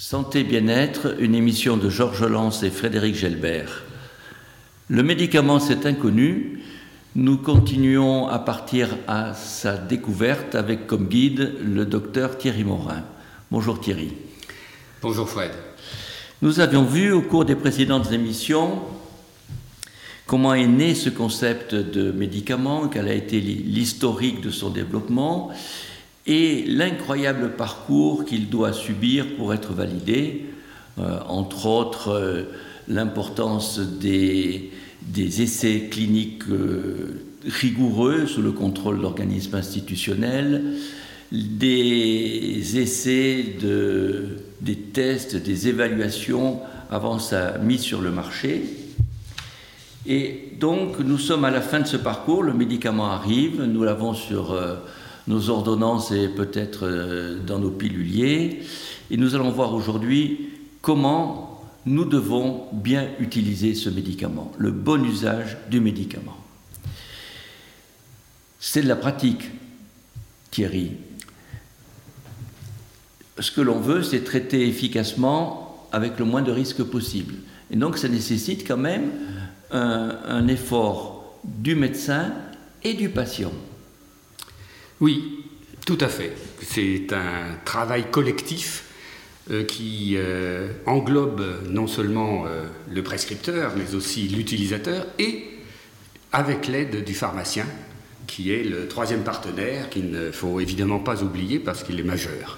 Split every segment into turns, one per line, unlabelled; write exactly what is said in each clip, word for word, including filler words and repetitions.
Santé Bien-être, une émission de Georges Lens et Frédéric Gelbert. Le médicament, c'est inconnu. Nous continuons à partir à sa découverte avec comme guide le docteur Thierry Morin. Bonjour Thierry.
Bonjour Fred.
Nous avions vu au cours des précédentes émissions comment est né ce concept de médicament, quel a été l'historique de son développement et l'incroyable parcours qu'il doit subir pour être validé, euh, entre autres euh, l'importance des, des essais cliniques euh, rigoureux sous le contrôle d'organismes institutionnels, des essais, de, des tests, des évaluations avant sa mise sur le marché. Et donc nous sommes à la fin de ce parcours, le médicament arrive, nous l'avons sur euh, nos ordonnances et peut-être euh, dans nos piluliers, et nous allons voir aujourd'hui comment nous devons bien utiliser ce médicament, le bon usage du médicament. C'est de la pratique, Thierry. Ce que l'on veut, c'est traiter efficacement avec le moins de risques possible. Et donc ça nécessite quand même un, un effort du médecin et du patient.
Oui, tout à fait. C'est un travail collectif euh, qui euh, englobe non seulement euh, le prescripteur, mais aussi l'utilisateur, et avec l'aide du pharmacien, qui est le troisième partenaire, qu'il ne faut évidemment pas oublier parce qu'il est majeur.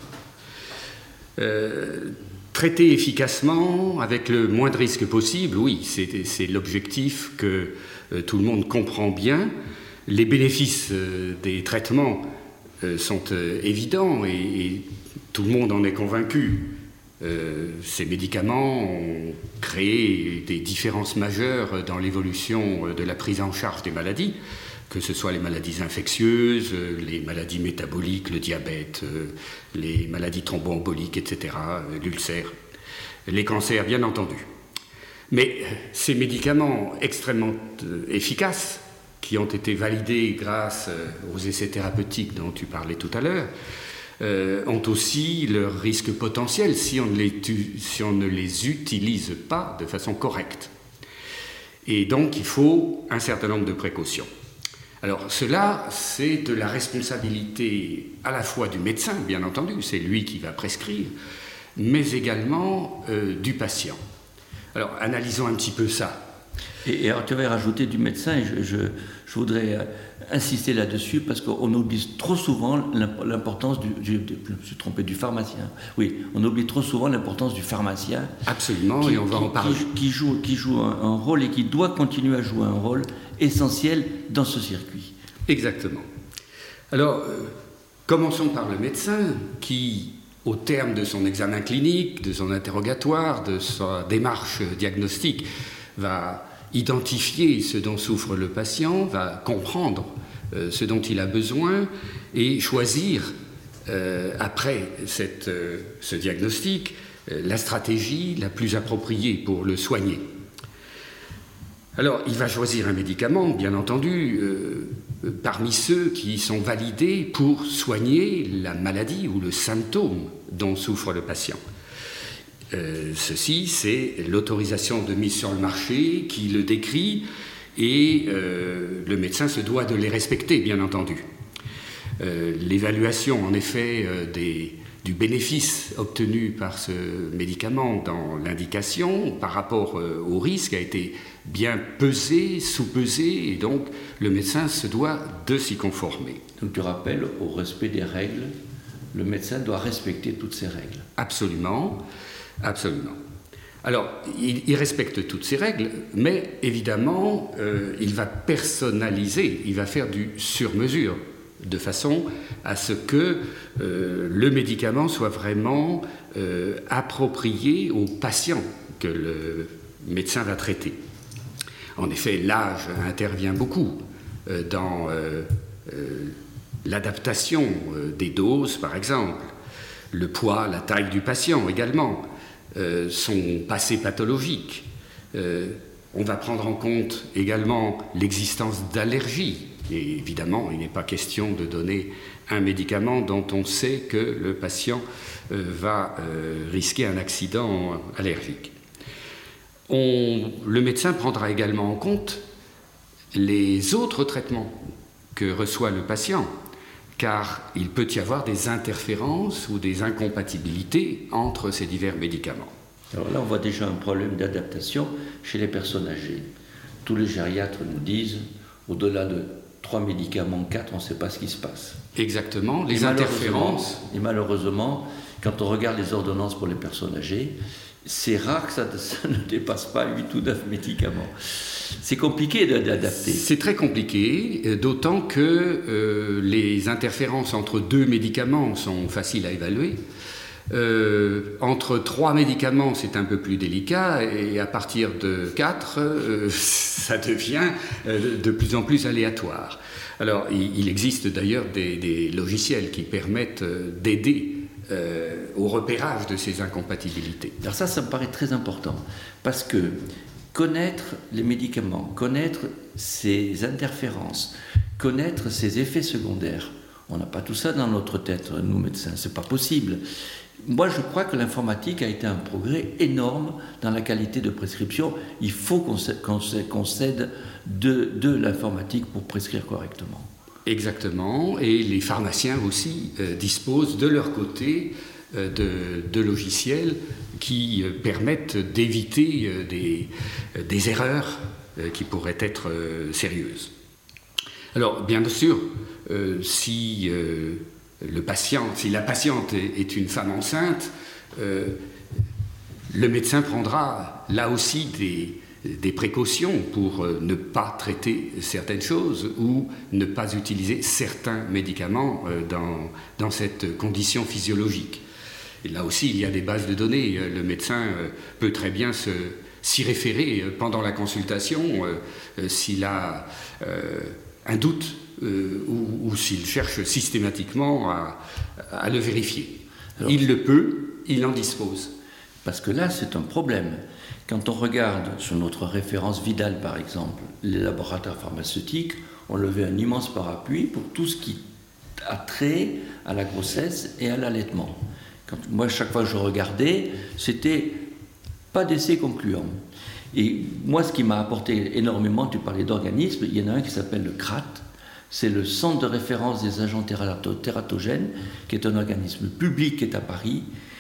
Euh, traiter efficacement, avec le moins de risques possible, oui, c'est, c'est l'objectif que euh, tout le monde comprend bien. Les bénéfices euh, des traitements euh, sont euh, évidents et, et tout le monde en est convaincu. Euh, ces médicaments ont créé des différences majeures dans l'évolution de la prise en charge des maladies, que ce soit les maladies infectieuses, les maladies métaboliques, le diabète, euh, les maladies thromboemboliques, et cetera, euh, l'ulcère, les cancers, bien entendu. Mais euh, ces médicaments extrêmement euh, efficaces, qui ont été validés grâce euh, aux essais thérapeutiques dont tu parlais tout à l'heure, euh, ont aussi leur risque potentiel si on, ne les tu- si on ne les utilise pas de façon correcte. Et donc, il faut un certain nombre de précautions. Alors cela, c'est de la responsabilité à la fois du médecin, bien entendu, c'est lui qui va prescrire, mais également euh, du patient. Alors analysons un petit peu ça.
Et, et alors tu vas rajouter du médecin, et je, je, je voudrais euh, insister là-dessus, parce qu'on oublie trop souvent l'importance du, je, je me suis trompé, du pharmacien. Oui, on oublie trop souvent l'importance du pharmacien.
Absolument,
qui,
et on va
qui,
en parler.
Qui, qui joue, qui joue un, un rôle et qui doit continuer à jouer un rôle essentiel dans ce circuit.
Exactement. Alors, euh, commençons par le médecin qui, au terme de son examen clinique, de son interrogatoire, de sa démarche diagnostique, va identifier ce dont souffre le patient, va comprendre euh, ce dont il a besoin et choisir, euh, après cette, euh, ce diagnostic, euh, la stratégie la plus appropriée pour le soigner. Alors, il va choisir un médicament, bien entendu, euh, parmi ceux qui sont validés pour soigner la maladie ou le symptôme dont souffre le patient. Euh, ceci, c'est l'autorisation de mise sur le marché qui le décrit et euh, le médecin se doit de les respecter, bien entendu. Euh, l'évaluation, en effet, euh, des, du bénéfice obtenu par ce médicament dans l'indication par rapport euh, au risque a été bien pesé, sous-pesé, et donc le médecin se doit de s'y conformer.
Donc tu rappelles, au respect des règles, le médecin doit respecter toutes ces règles.
Absolument, absolument. Alors, il, il respecte toutes ces règles, mais évidemment, euh, il va personnaliser, il va faire du sur-mesure, de façon à ce que euh, le médicament soit vraiment euh, approprié au patient que le médecin va traiter. En effet, l'âge intervient beaucoup euh, dans euh, euh, l'adaptation euh, des doses, par exemple, le poids, la taille du patient également, euh, son passé pathologique. Euh, on va prendre en compte également l'existence d'allergies. Et évidemment, il n'est pas question de donner un médicament dont on sait que le patient euh, va euh, risquer un accident allergique. On, le médecin prendra également en compte les autres traitements que reçoit le patient, car il peut y avoir des interférences ou des incompatibilités entre ces divers médicaments.
Alors là, on voit déjà un problème d'adaptation chez les personnes âgées. Tous les gériatres nous disent, au-delà de trois médicaments, quatre, on ne sait pas ce qui se passe.
Exactement, les
et
interférences.
Et malheureusement, quand on regarde les ordonnances pour les personnes âgées, c'est rare que ça, ça ne dépasse pas huit ou neuf médicaments. C'est compliqué d'adapter.
C'est très compliqué, d'autant que euh, les interférences entre deux médicaments sont faciles à évaluer. Euh, entre trois médicaments, c'est un peu plus délicat, et à partir de quatre, euh, ça devient euh, de plus en plus aléatoire. Alors, il, il existe d'ailleurs des, des logiciels qui permettent euh, d'aider euh, au repérage de ces incompatibilités.
Alors ça, ça me paraît très important, parce que connaître les médicaments, connaître ces interférences, connaître ces effets secondaires, on n'a pas tout ça dans notre tête, nous médecins, c'est pas possible. Moi, je crois que l'informatique a été un progrès énorme dans la qualité de prescription. Il faut qu'on s'aide de, de l'informatique pour prescrire correctement.
Exactement, et les pharmaciens aussi euh, disposent de leur côté euh, de, de logiciels qui euh, permettent d'éviter euh, des, euh, des erreurs euh, qui pourraient être euh, sérieuses. Alors, bien sûr, euh, si... Euh, Le patient, si la patiente est une femme enceinte, euh, le médecin prendra là aussi des, des précautions pour euh, ne pas traiter certaines choses ou ne pas utiliser certains médicaments euh, dans, dans cette condition physiologique. Et là aussi, il y a des bases de données. Le médecin euh, peut très bien se, s'y référer pendant la consultation euh, s'il a euh, un doute. Euh, ou, ou s'il cherche systématiquement à, à le vérifier. Alors, il le peut, il en dispose.
Parce que là, c'est un problème. Quand on regarde sur notre référence Vidal, par exemple, les laboratoires pharmaceutiques ont levé un immense parapluie pour tout ce qui a trait à la grossesse et à l'allaitement. Quand, moi, chaque fois que je regardais, c'était pas d'essai concluant. Et moi, ce qui m'a apporté énormément, tu parlais d'organismes, il y en a un qui s'appelle le C R A T, c'est le Centre de référence des agents tératogènes, qui est un organisme public qui est à Paris.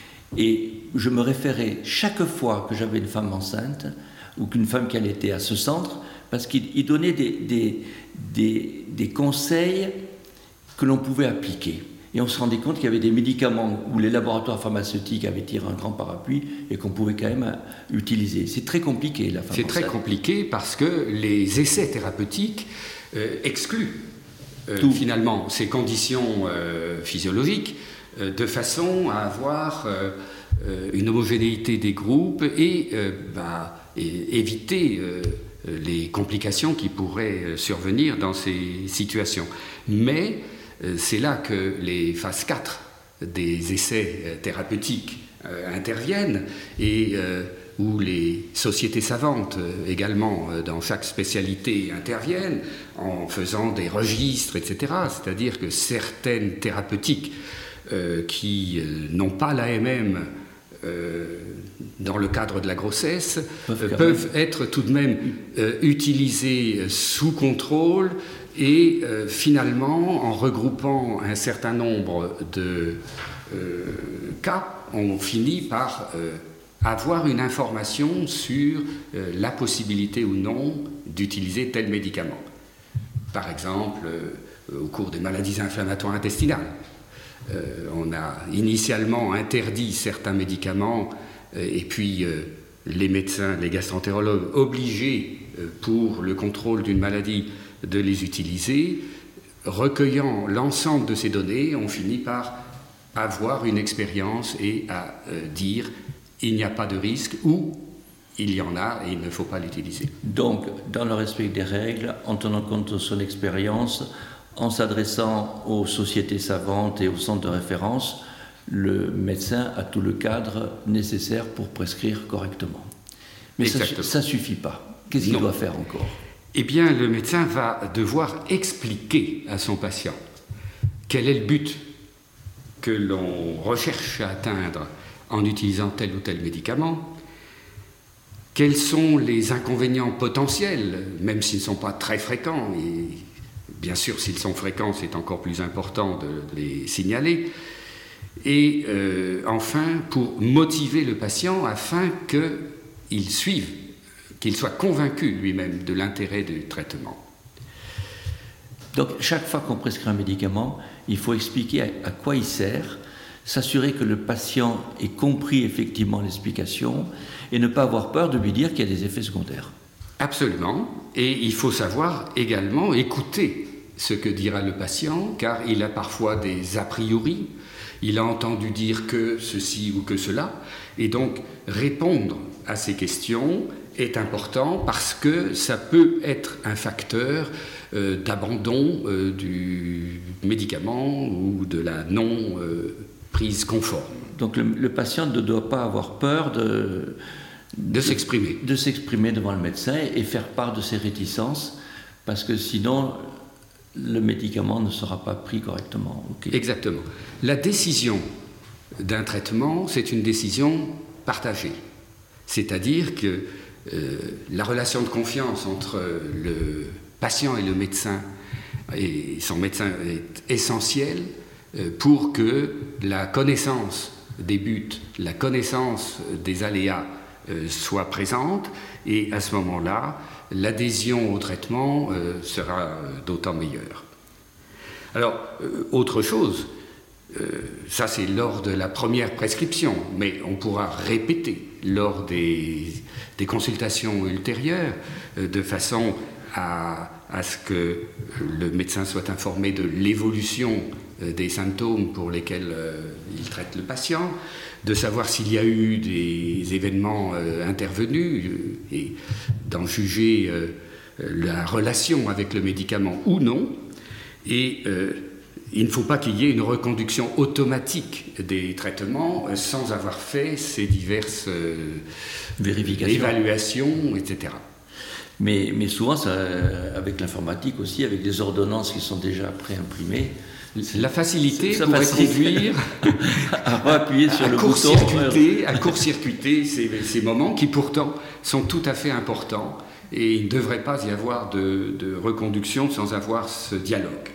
Et je me référais chaque fois que j'avais une femme enceinte ou qu'une femme qui allaitait à ce centre, parce qu'il donnait des, des, des, des conseils que l'on pouvait appliquer. Et on se rendait compte qu'il y avait des médicaments où les laboratoires pharmaceutiques avaient tiré un grand parapluie et qu'on pouvait quand même utiliser. C'est très compliqué, la femme enceinte.
C'est très compliqué parce que les essais thérapeutiques euh, excluent Euh, finalement ces conditions euh, physiologiques euh, de façon à avoir euh, euh, une homogénéité des groupes et, euh, bah, et éviter euh, les complications qui pourraient survenir dans ces situations. Mais euh, c'est là que les phases quatre des essais euh, thérapeutiques euh, interviennent et euh, où les sociétés savantes euh, également euh, dans chaque spécialité interviennent en faisant des registres, et cetera. C'est-à-dire que certaines thérapeutiques euh, qui euh, n'ont pas l'A M M euh, dans le cadre de la grossesse euh, peuvent être tout de même euh, utilisées sous contrôle et euh, finalement, en regroupant un certain nombre de euh, cas, on finit par euh, avoir une information sur euh, la possibilité ou non d'utiliser tel médicament. Par exemple, euh, au cours des maladies inflammatoires intestinales, euh, on a initialement interdit certains médicaments euh, et puis euh, les médecins, les gastroentérologues obligés euh, pour le contrôle d'une maladie de les utiliser. Recueillant l'ensemble de ces données, on finit par avoir une expérience et à euh, dire il n'y a pas de risque ou il y en a et il ne faut pas l'utiliser.
Donc, dans le respect des règles, en tenant compte de son expérience, en s'adressant aux sociétés savantes et aux centres de référence, le médecin a tout le cadre nécessaire pour prescrire correctement. Mais Exactement. ça ne suffit pas. Qu'est-ce qu'il doit faire encore ?
Eh bien, le médecin va devoir expliquer à son patient quel est le but que l'on recherche à atteindre en utilisant tel ou tel médicament, quels sont les inconvénients potentiels, même s'ils ne sont pas très fréquents, et bien sûr s'ils sont fréquents c'est encore plus important de les signaler, et euh, enfin pour motiver le patient afin qu'il suive, qu'il soit convaincu lui-même de l'intérêt du traitement.
Donc chaque fois qu'on prescrit un médicament, il faut expliquer à, à quoi il sert, s'assurer que le patient ait compris effectivement l'explication et ne pas avoir peur de lui dire qu'il y a des effets secondaires.
Absolument, et il faut savoir également écouter ce que dira le patient, car il a parfois des a priori, il a entendu dire que ceci ou que cela, et donc répondre à ces questions est important parce que ça peut être un facteur euh, d'abandon euh, du médicament ou de la non euh, prise conforme.
Donc le, le patient ne doit pas avoir peur de,
de s'exprimer.
De s'exprimer devant le médecin et faire part de ses réticences, parce que sinon le médicament ne sera pas pris correctement. Okay.
Exactement. La décision d'un traitement, c'est une décision partagée. C'est-à-dire que euh, la relation de confiance entre le patient et le médecin, et son médecin, est essentielle euh, pour que la connaissance des buts, la connaissance des aléas euh, soit présente, et à ce moment-là, l'adhésion au traitement euh, sera d'autant meilleure. Alors, euh, autre chose, euh, ça c'est lors de la première prescription, mais on pourra répéter lors des, des consultations ultérieures, euh, de façon à, à ce que le médecin soit informé de l'évolution euh, des symptômes pour lesquels euh, il traite le patient, de savoir s'il y a eu des événements euh, intervenus euh, et d'en juger euh, la relation avec le médicament ou non. Et euh, il ne faut pas qu'il y ait une reconduction automatique des traitements euh, sans avoir fait ces diverses euh, vérifications, évaluations, et cetera.
Mais, mais souvent, ça, avec l'informatique aussi, avec des ordonnances qui sont déjà préimprimées,
la facilité ça pourrait conduire
à appuyer sur
à
le
court-circuiter,
bouton.
à court-circuiter ces, ces moments qui pourtant sont tout à fait importants, et il ne devrait pas y avoir de, de reconduction sans avoir ce dialogue.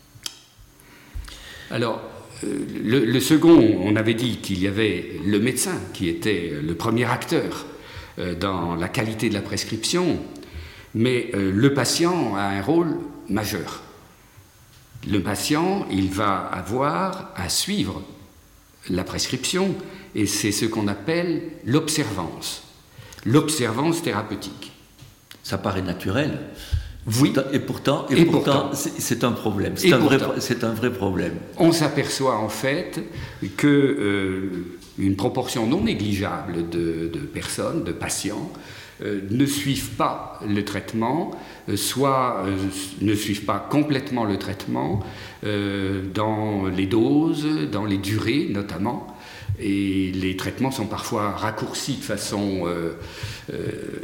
Alors, euh, le, le second, on avait dit qu'il y avait le médecin qui était le premier acteur euh, dans la qualité de la prescription, mais euh, le patient a un rôle majeur. Le patient, il va avoir à suivre la prescription, et c'est ce qu'on appelle l'observance, l'observance thérapeutique.
Ça paraît naturel.
Oui.
Et pourtant, et
et
pourtant,
pourtant
c'est un problème. C'est un, un vrai problème.
On s'aperçoit en fait que euh, une proportion non négligeable de, de personnes, de patients, euh, ne suivent pas le traitement, euh, soit euh, ne suivent pas complètement le traitement, euh, dans les doses, dans les durées notamment. Et les traitements sont parfois raccourcis de façon euh, euh,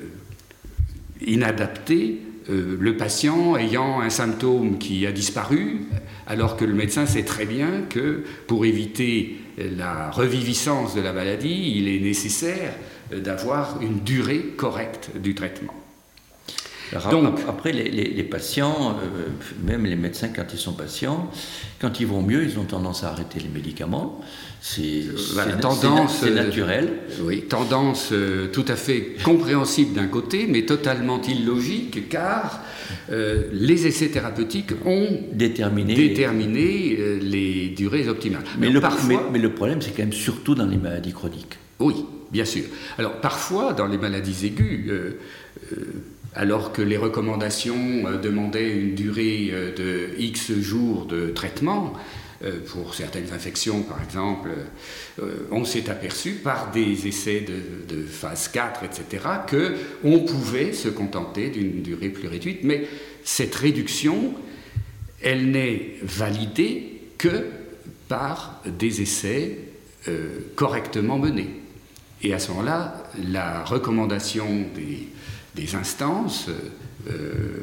inadaptée. Euh, le patient ayant un symptôme qui a disparu, alors que le médecin sait très bien que pour éviter la reviviscence de la maladie, il est nécessaire d'avoir une durée correcte du traitement.
Alors, donc, après, les, les, les patients, euh, même les médecins, quand ils sont patients, quand ils vont mieux, ils ont tendance à arrêter les médicaments. C'est
voilà, tendance,
naturel.
Euh, oui, tendance euh, tout à fait compréhensible d'un côté, mais totalement illogique, car euh, les essais thérapeutiques ont
déterminé,
déterminé euh, les durées optimales.
Mais le, parfois, mais, mais le problème, c'est quand même surtout dans les maladies chroniques.
Oui, bien sûr. Alors, parfois, dans les maladies aiguës, euh, euh, alors que les recommandations euh, demandaient une durée euh, de X jours de traitement, euh, pour certaines infections par exemple, euh, on s'est aperçu par des essais de, de phase quatre, et cetera, qu'on pouvait se contenter d'une durée plus réduite, mais cette réduction, elle n'est validée que par des essais euh, correctement menés. Et à ce moment-là, la recommandation des des instances euh,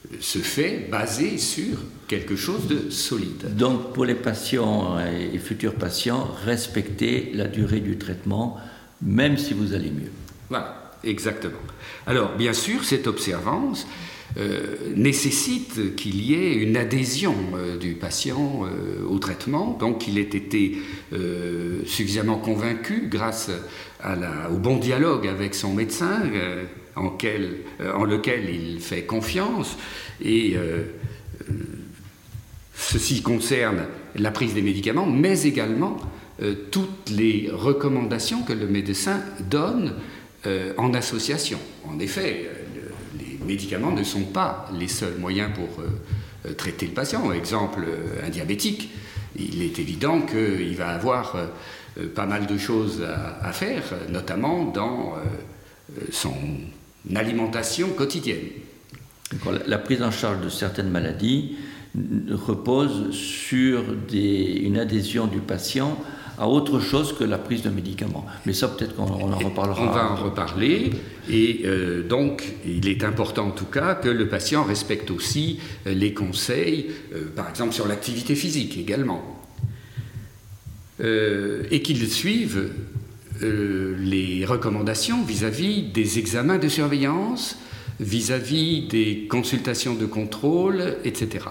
se fait basé sur quelque chose de solide.
Donc pour les patients et futurs patients, respectez la durée du traitement, même si vous allez mieux.
Voilà, exactement. Alors bien sûr, cette observance euh, nécessite qu'il y ait une adhésion euh, du patient euh, au traitement, donc qu'il ait été euh, suffisamment convaincu grâce à la, au bon dialogue avec son médecin, euh, en, quel, euh, en lequel il fait confiance, et euh, euh, ceci concerne la prise des médicaments, mais également euh, toutes les recommandations que le médecin donne euh, en association. En effet, euh, les médicaments ne sont pas les seuls moyens pour euh, traiter le patient. Exemple, un diabétique, il est évident qu'il va avoir euh, pas mal de choses à, à faire, notamment dans euh, son alimentation quotidienne.
La prise en charge de certaines maladies repose sur des, une adhésion du patient à autre chose que la prise de médicaments. Mais ça, peut-être qu'on on en reparlera.
On va en reparler. Et euh, donc, il est important en tout cas que le patient respecte aussi les conseils, euh, par exemple sur l'activité physique également. Euh, et qu'il suive euh, les recommandations vis-à-vis des examens de surveillance, vis-à-vis des consultations de contrôle, et cetera.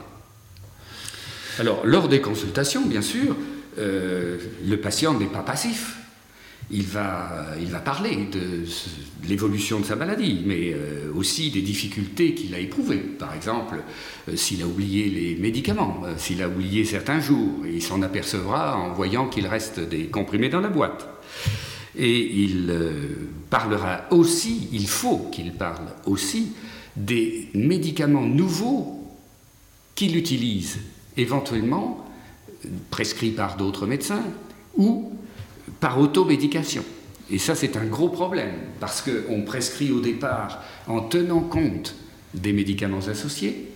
Alors, lors des consultations, bien sûr, euh, le patient n'est pas passif. Il va, il va parler de, de l'évolution de sa maladie, mais euh, aussi des difficultés qu'il a éprouvées. Par exemple, euh, s'il a oublié les médicaments, euh, s'il a oublié certains jours, il s'en apercevra en voyant qu'il reste des comprimés dans la boîte. Et il euh, parlera aussi, il faut qu'il parle aussi, des médicaments nouveaux qu'il utilise, éventuellement prescrits par d'autres médecins ou par automédication. Et ça, c'est un gros problème, parce qu'on prescrit au départ en tenant compte des médicaments associés,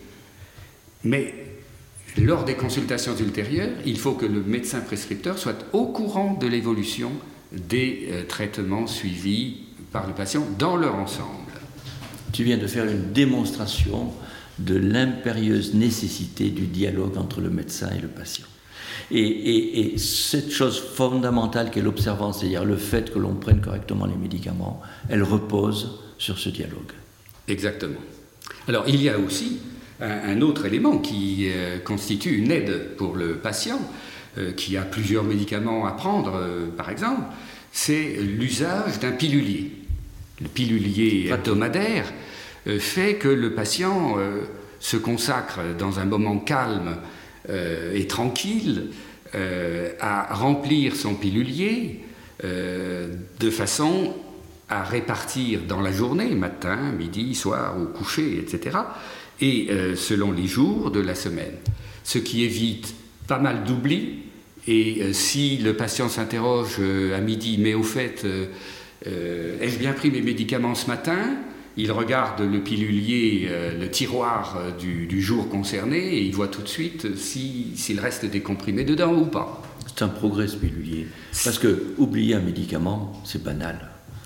mais lors des consultations ultérieures, il faut que le médecin prescripteur soit au courant de l'évolution des euh, traitements suivis par le patient dans leur ensemble.
Tu viens de faire une démonstration de l'impérieuse nécessité du dialogue entre le médecin et le patient. Et, et, et cette chose fondamentale qu'est l'observance, c'est-à-dire le fait que l'on prenne correctement les médicaments, elle repose sur ce dialogue.
Exactement. Alors il y a aussi un, un autre élément qui euh, constitue une aide pour le patient, euh, qui a plusieurs médicaments à prendre, euh, par exemple, c'est l'usage d'un pilulier. Le pilulier hebdomadaire euh, fait que le patient euh, se consacre dans un moment calme euh, et tranquille euh, à remplir son pilulier euh, de façon à répartir dans la journée, matin, midi, soir, au coucher, et cetera, et euh, selon les jours de la semaine. Ce qui évite pas mal d'oubli, et euh, si le patient s'interroge euh, à midi, mais au fait, euh, euh, ai-je bien pris mes médicaments ce matin ? Il regarde le pilulier, euh, le tiroir euh, du, du jour concerné, et il voit tout de suite si, s'il reste des comprimés dedans ou pas.
C'est un progrès, ce pilulier. Parce que oublier un médicament, c'est banal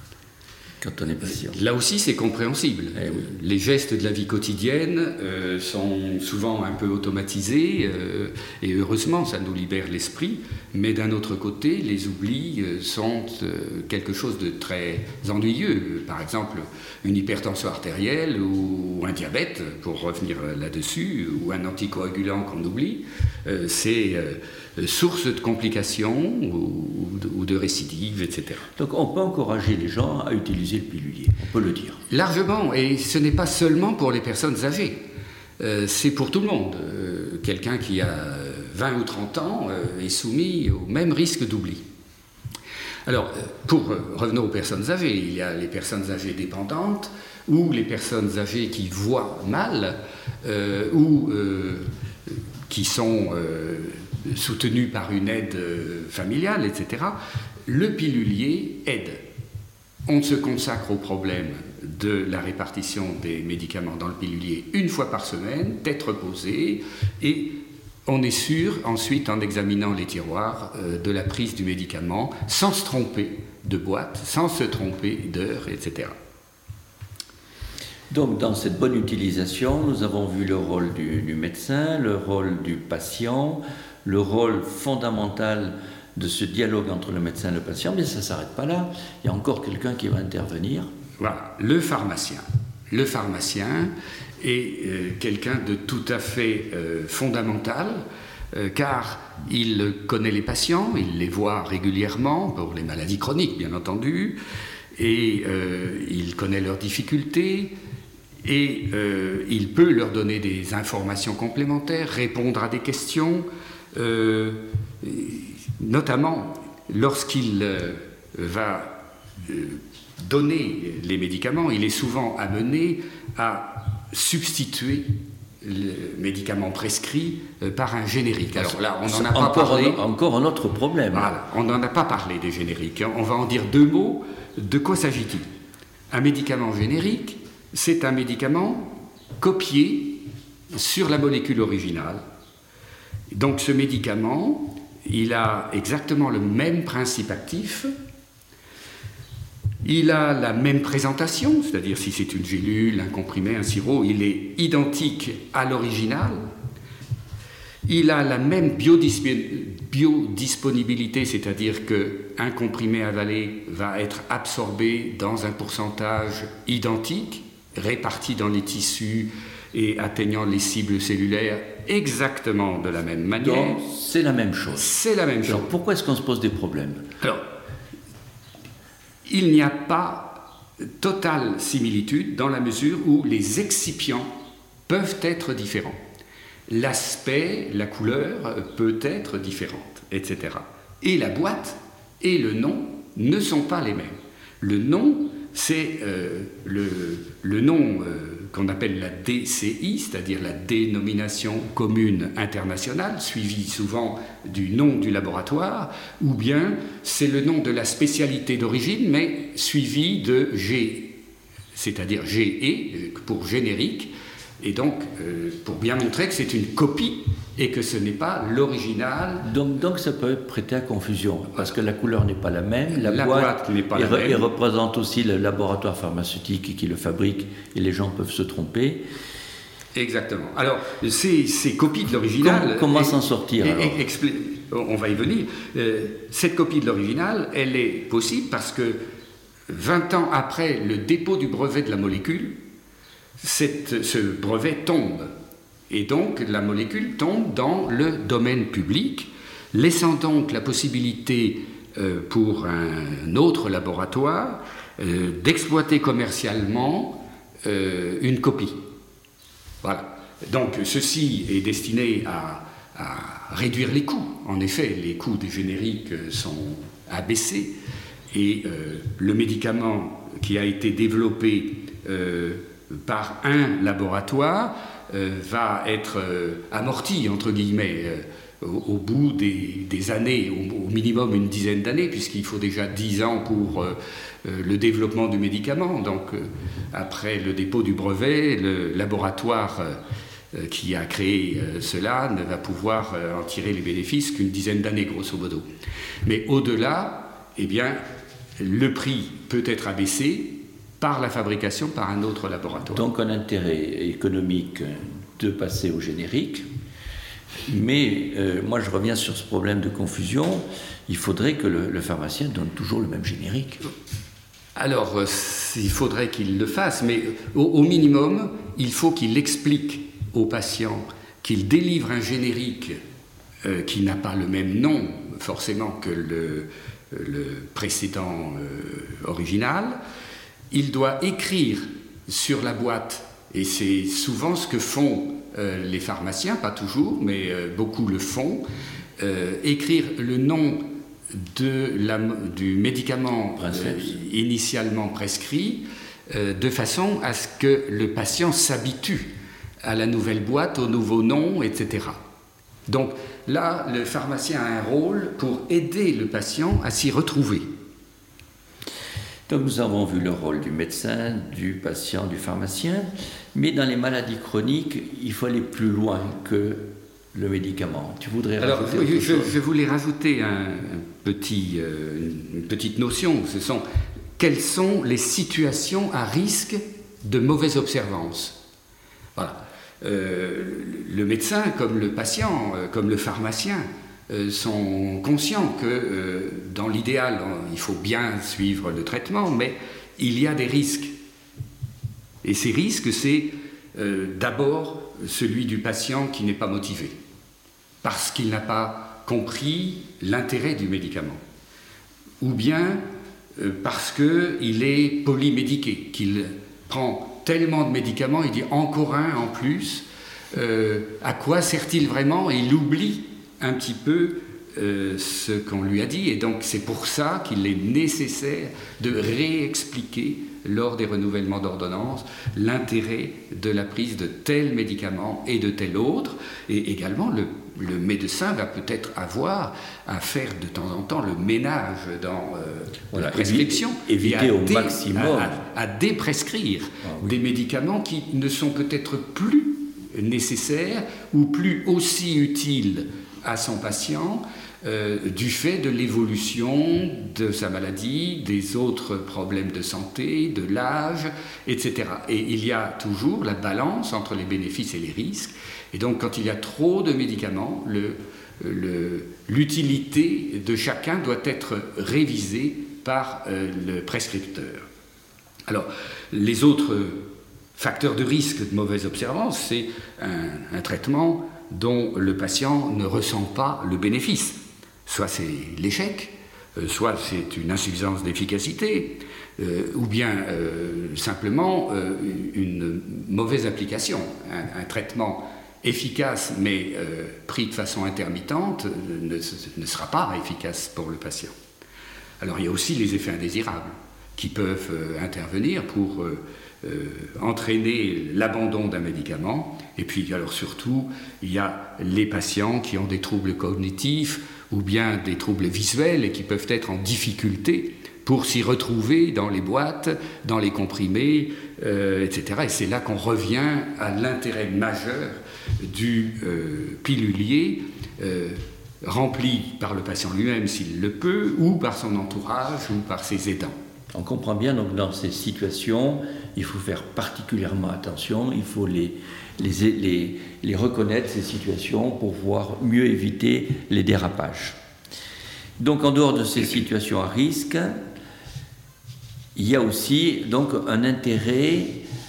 quand on est patient.
Là aussi, c'est compréhensible.
Eh oui.
Les gestes de la vie quotidienne euh, sont souvent un peu automatisés, euh, et heureusement, ça nous libère l'esprit. Mais d'un autre côté, les oublis euh, sont euh, quelque chose de très ennuyeux. Par exemple, une hypertension artérielle ou un diabète, pour revenir là-dessus, ou un anticoagulant qu'on oublie, euh, c'est euh, source de complications ou, ou, de, ou de récidives, et cetera.
Donc on peut encourager les gens à utiliser le pilulier, on peut le dire.
Largement, et ce n'est pas seulement pour les personnes âgées, euh, c'est pour tout le monde. Euh, quelqu'un qui a vingt ou trente ans euh, est soumis au même risque d'oubli. Alors, pour euh, revenons aux personnes âgées, il y a les personnes âgées dépendantes, ou les personnes âgées qui voient mal, euh, ou euh, qui sont euh, soutenues par une aide euh, familiale, et cetera. Le pilulier aide. On se consacre au problème de la répartition des médicaments dans le pilulier une fois par semaine, tête reposée, et on est sûr, ensuite, en examinant les tiroirs, euh, de la prise du médicament, sans se tromper de boîte, sans se tromper d'heure, et cetera.
Donc dans cette bonne utilisation, nous avons vu le rôle du, du médecin, le rôle du patient, le rôle fondamental de ce dialogue entre le médecin et le patient, mais ça ne s'arrête pas là. Il y a encore quelqu'un qui va intervenir.
Voilà, le pharmacien. Le pharmacien est euh, quelqu'un de tout à fait euh, fondamental, euh, car il connaît les patients, il les voit régulièrement, pour les maladies chroniques bien entendu, et euh, il connaît leurs difficultés, et euh, il peut leur donner des informations complémentaires, répondre à des questions, euh, notamment lorsqu'il euh, va euh, donner les médicaments, il est souvent amené à substituer le médicament prescrit euh, par un générique. Alors là, on n'en a pas
encore
parlé.
Un, encore un autre problème.
Voilà, on n'en a pas parlé des génériques. On va en dire deux mots. De quoi s'agit-il? Un médicament générique, c'est un médicament copié sur la molécule originale. Donc ce médicament, il a exactement le même principe actif, il a la même présentation, c'est-à-dire si c'est une gélule, un comprimé, un sirop, il est identique à l'original, il a la même biodisponibilité, c'est-à-dire qu'un comprimé avalé va être absorbé dans un pourcentage identique, réparti dans les tissus et atteignant les cibles cellulaires exactement de la même manière.
Donc, c'est la même chose.
C'est la même chose.
Alors, pourquoi est-ce qu'on se pose des problèmes?
Alors, il n'y a pas totale similitude dans la mesure où les excipients peuvent être différents. L'aspect, la couleur peut être différente, et cetera. Et la boîte et le nom ne sont pas les mêmes. Le nom, c'est euh, le, le nom euh, qu'on appelle la D C I, c'est-à-dire la dénomination commune internationale, suivi souvent du nom du laboratoire, ou bien c'est le nom de la spécialité d'origine, mais suivi de G, c'est-à-dire G E pour générique, et donc euh, pour bien montrer que c'est une copie et que ce n'est pas l'original.
Donc, donc ça peut prêter à confusion, parce que la couleur n'est pas la même, la,
la
boîte,
boîte n'est pas
il,
la
re,
même.
Il représente aussi le laboratoire pharmaceutique qui le fabrique, et les gens peuvent se tromper.
Exactement. Alors, ces, ces copies de l'original...
Comment, comment s'en sortir alors?
On va y venir. Euh, cette copie de l'original, elle est possible parce que vingt ans après le dépôt du brevet de la molécule, cette, ce brevet tombe. Et donc, la molécule tombe dans le domaine public, laissant donc la possibilité euh, pour un autre laboratoire euh, d'exploiter commercialement euh, une copie. Voilà. Donc, ceci est destiné à, à réduire les coûts. En effet, les coûts des génériques sont abaissés et euh, le médicament qui a été développé euh, par un laboratoire euh, va être euh, amorti, entre guillemets, euh, au, au bout des, des années, au, au minimum une dizaine d'années, puisqu'il faut déjà dix ans pour euh, euh, le développement du médicament. Donc, euh, après le dépôt du brevet, le laboratoire euh, qui a créé euh, cela ne va pouvoir euh, en tirer les bénéfices qu'une dizaine d'années, grosso modo. Mais au-delà, eh bien, le prix peut être abaissé par la fabrication par un autre laboratoire.
Donc un intérêt économique de passer au générique, mais euh, moi je reviens sur ce problème de confusion, il faudrait que le, le pharmacien donne toujours le même générique.
Alors, euh, il faudrait qu'il le fasse, mais au, au minimum, il faut qu'il explique au patient qu'il délivre un générique euh, qui n'a pas le même nom forcément que le, le précédent euh, original. Il doit écrire sur la boîte, et c'est souvent ce que font euh, les pharmaciens, pas toujours, mais euh, beaucoup le font, euh, écrire le nom de la, du médicament euh, initialement prescrit, euh, de façon à ce que le patient s'habitue à la nouvelle boîte, au nouveau nom, et cetera. Donc là, le pharmacien a un rôle pour aider le patient à s'y retrouver.
Donc nous avons vu le rôle du médecin, du patient, du pharmacien, mais dans les maladies chroniques, il faut aller plus loin que le médicament. Tu voudrais
Alors,
rajouter
oui,
autre
je,
chose?
je voulais rajouter un, un petit, euh, une petite notion. Ce sont, quelles sont les situations à risque de mauvaise observance. Voilà. Euh, le médecin, comme le patient, euh, comme le pharmacien, euh, sont conscients que euh, dans l'idéal, il faut bien suivre le traitement, mais il y a des risques. Et ces risques, c'est euh, d'abord celui du patient qui n'est pas motivé, parce qu'il n'a pas compris l'intérêt du médicament, ou bien euh, parce qu'il est polymédiqué, qu'il prend tellement de médicaments, il dit encore un en plus, euh, à quoi sert-il vraiment? Et il oublie un petit peu euh, ce qu'on lui a dit, et donc c'est pour ça qu'il est nécessaire de réexpliquer lors des renouvellements d'ordonnance l'intérêt de la prise de tel médicament et de tel autre, et également le, le médecin va peut-être avoir à faire de temps en temps le ménage dans euh,
voilà,
la prescription,
éviter
et à
au
dé,
maximum
à, à, à déprescrire
ah, oui.
des médicaments qui ne sont peut-être plus nécessaires ou plus aussi utiles à son patient euh, du fait de l'évolution de sa maladie, des autres problèmes de santé, de l'âge, et cetera. Et il y a toujours la balance entre les bénéfices et les risques. Et donc, quand il y a trop de médicaments, le, le, l'utilité de chacun doit être révisée par euh, le prescripteur. Alors, les autres facteurs de risque de mauvaise observance, c'est un, un traitement dont le patient ne ressent pas le bénéfice. Soit c'est l'échec, euh, soit c'est une insuffisance d'efficacité, euh, ou bien euh, simplement euh, une mauvaise application. Un, un traitement efficace mais euh, pris de façon intermittente ne, ne sera pas efficace pour le patient. Alors il y a aussi les effets indésirables qui peuvent euh, intervenir pour euh, euh, entraîner l'abandon d'un médicament. Et puis alors surtout, il y a les patients qui ont des troubles cognitifs ou bien des troubles visuels et qui peuvent être en difficulté pour s'y retrouver dans les boîtes, dans les comprimés, euh, et cetera. Et c'est là qu'on revient à l'intérêt majeur du euh, pilulier, euh, rempli par le patient lui-même s'il le peut, ou par son entourage, ou par ses aidants.
On comprend bien, donc dans ces situations, il faut faire particulièrement attention, il faut les, les, les, les reconnaître, ces situations, pour pouvoir mieux éviter les dérapages. Donc en dehors de ces situations à risque, il y a aussi donc un intérêt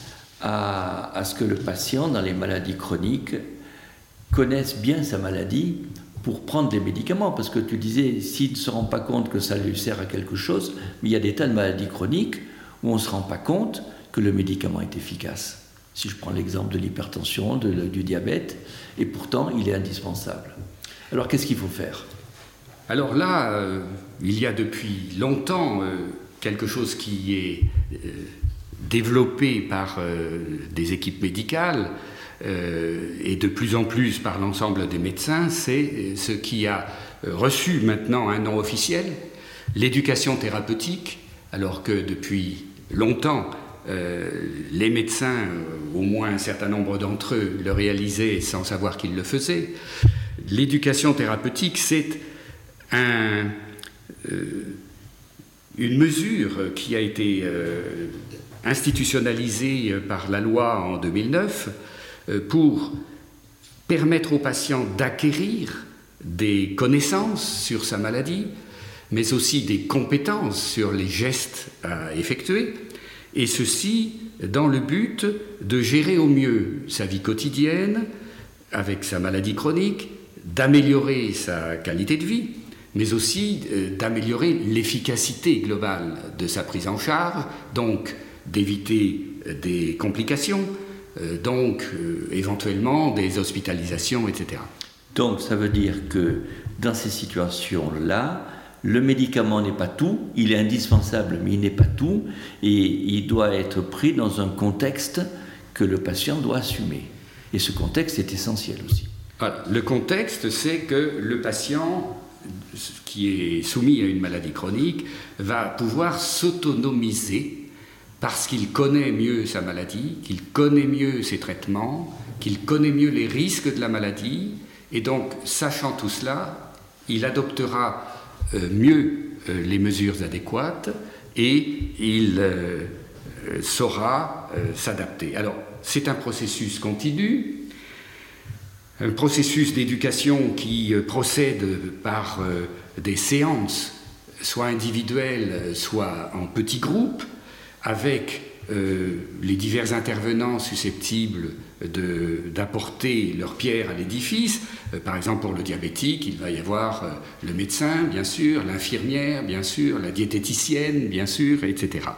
à, à ce que le patient, dans les maladies chroniques, connaisse bien sa maladie pour prendre des médicaments, parce que tu disais, s'il ne se rend pas compte que ça lui sert à quelque chose, mais il y a des tas de maladies chroniques où on ne se rend pas compte que le médicament est efficace. Si je prends l'exemple de l'hypertension, de, du diabète, et pourtant il est indispensable. Alors qu'est-ce qu'il faut faire?
Alors là, euh, il y a depuis longtemps euh, quelque chose qui est euh, développé par euh, des équipes médicales, Euh, et de plus en plus par l'ensemble des médecins, c'est ce qui a reçu maintenant un nom officiel, l'éducation thérapeutique, alors que depuis longtemps, euh, les médecins, au moins un certain nombre d'entre eux, le réalisaient sans savoir qu'ils le faisaient. L'éducation thérapeutique, c'est un, euh, une mesure qui a été euh, institutionnalisée par la loi en deux mille neuf, pour permettre au patient d'acquérir des connaissances sur sa maladie, mais aussi des compétences sur les gestes à effectuer, et ceci dans le but de gérer au mieux sa vie quotidienne avec sa maladie chronique, d'améliorer sa qualité de vie, mais aussi d'améliorer l'efficacité globale de sa prise en charge, donc d'éviter des complications, Euh, donc euh, éventuellement des hospitalisations, et cetera.
Donc ça veut dire que dans ces situations-là, le médicament n'est pas tout, il est indispensable mais il n'est pas tout, et il doit être pris dans un contexte que le patient doit assumer. Et ce contexte est essentiel aussi.
Voilà. Le contexte, c'est que le patient qui est soumis à une maladie chronique va pouvoir s'autonomiser parce qu'il connaît mieux sa maladie, qu'il connaît mieux ses traitements, qu'il connaît mieux les risques de la maladie, et donc, sachant tout cela, il adoptera euh, mieux euh, les mesures adéquates, et il euh, euh, saura euh, s'adapter. Alors, c'est un processus continu, un processus d'éducation qui euh, procède par euh, des séances, soit individuelles, soit en petits groupes, avec euh, les divers intervenants susceptibles de, d'apporter leur pierre à l'édifice. Euh, par exemple, pour le diabétique, il va y avoir euh, le médecin, bien sûr, l'infirmière, bien sûr, la diététicienne, bien sûr, et cetera.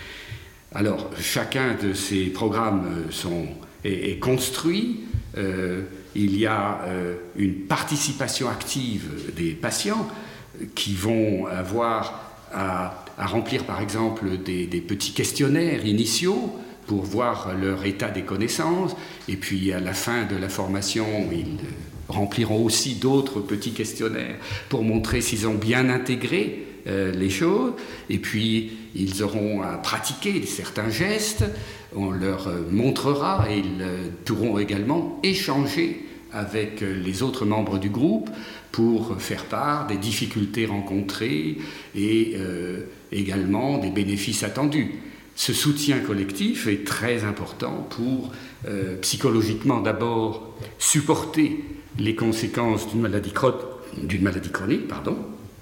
Alors, chacun de ces programmes sont, est, est construit. Euh, il y a euh, une participation active des patients qui vont avoir à, à remplir, par exemple, des, des petits questionnaires initiaux pour voir leur état des connaissances. Et puis, à la fin de la formation, ils rempliront aussi d'autres petits questionnaires pour montrer s'ils ont bien intégré euh, les choses. Et puis, ils auront à pratiquer certains gestes. On leur montrera et ils pourront également échanger avec les autres membres du groupe pour faire part des difficultés rencontrées et euh, également des bénéfices attendus. Ce soutien collectif est très important pour, euh, psychologiquement d'abord, supporter les conséquences d'une maladie, chron- d'une maladie chronique, pardon,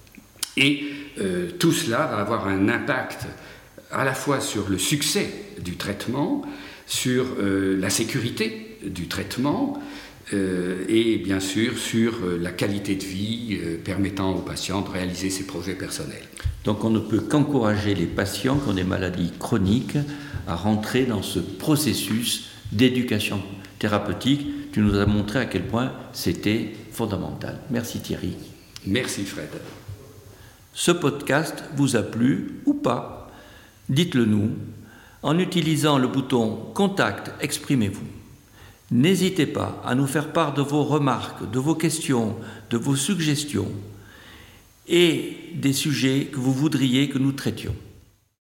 et euh, tout cela va avoir un impact à la fois sur le succès du traitement, sur euh, la sécurité du traitement, Euh, et bien sûr sur euh, la qualité de vie euh, permettant aux patients de réaliser ses projets personnels.
Donc on ne peut qu'encourager les patients qui ont des maladies chroniques à rentrer dans ce processus d'éducation thérapeutique. Tu nous as montré à quel point c'était fondamental. Merci Thierry.
Merci Fred.
Ce podcast vous a plu ou pas? Dites-le nous en utilisant le bouton « Contact, exprimez-vous ». N'hésitez pas à nous faire part de vos remarques, de vos questions, de vos suggestions et des sujets que vous voudriez que nous traitions.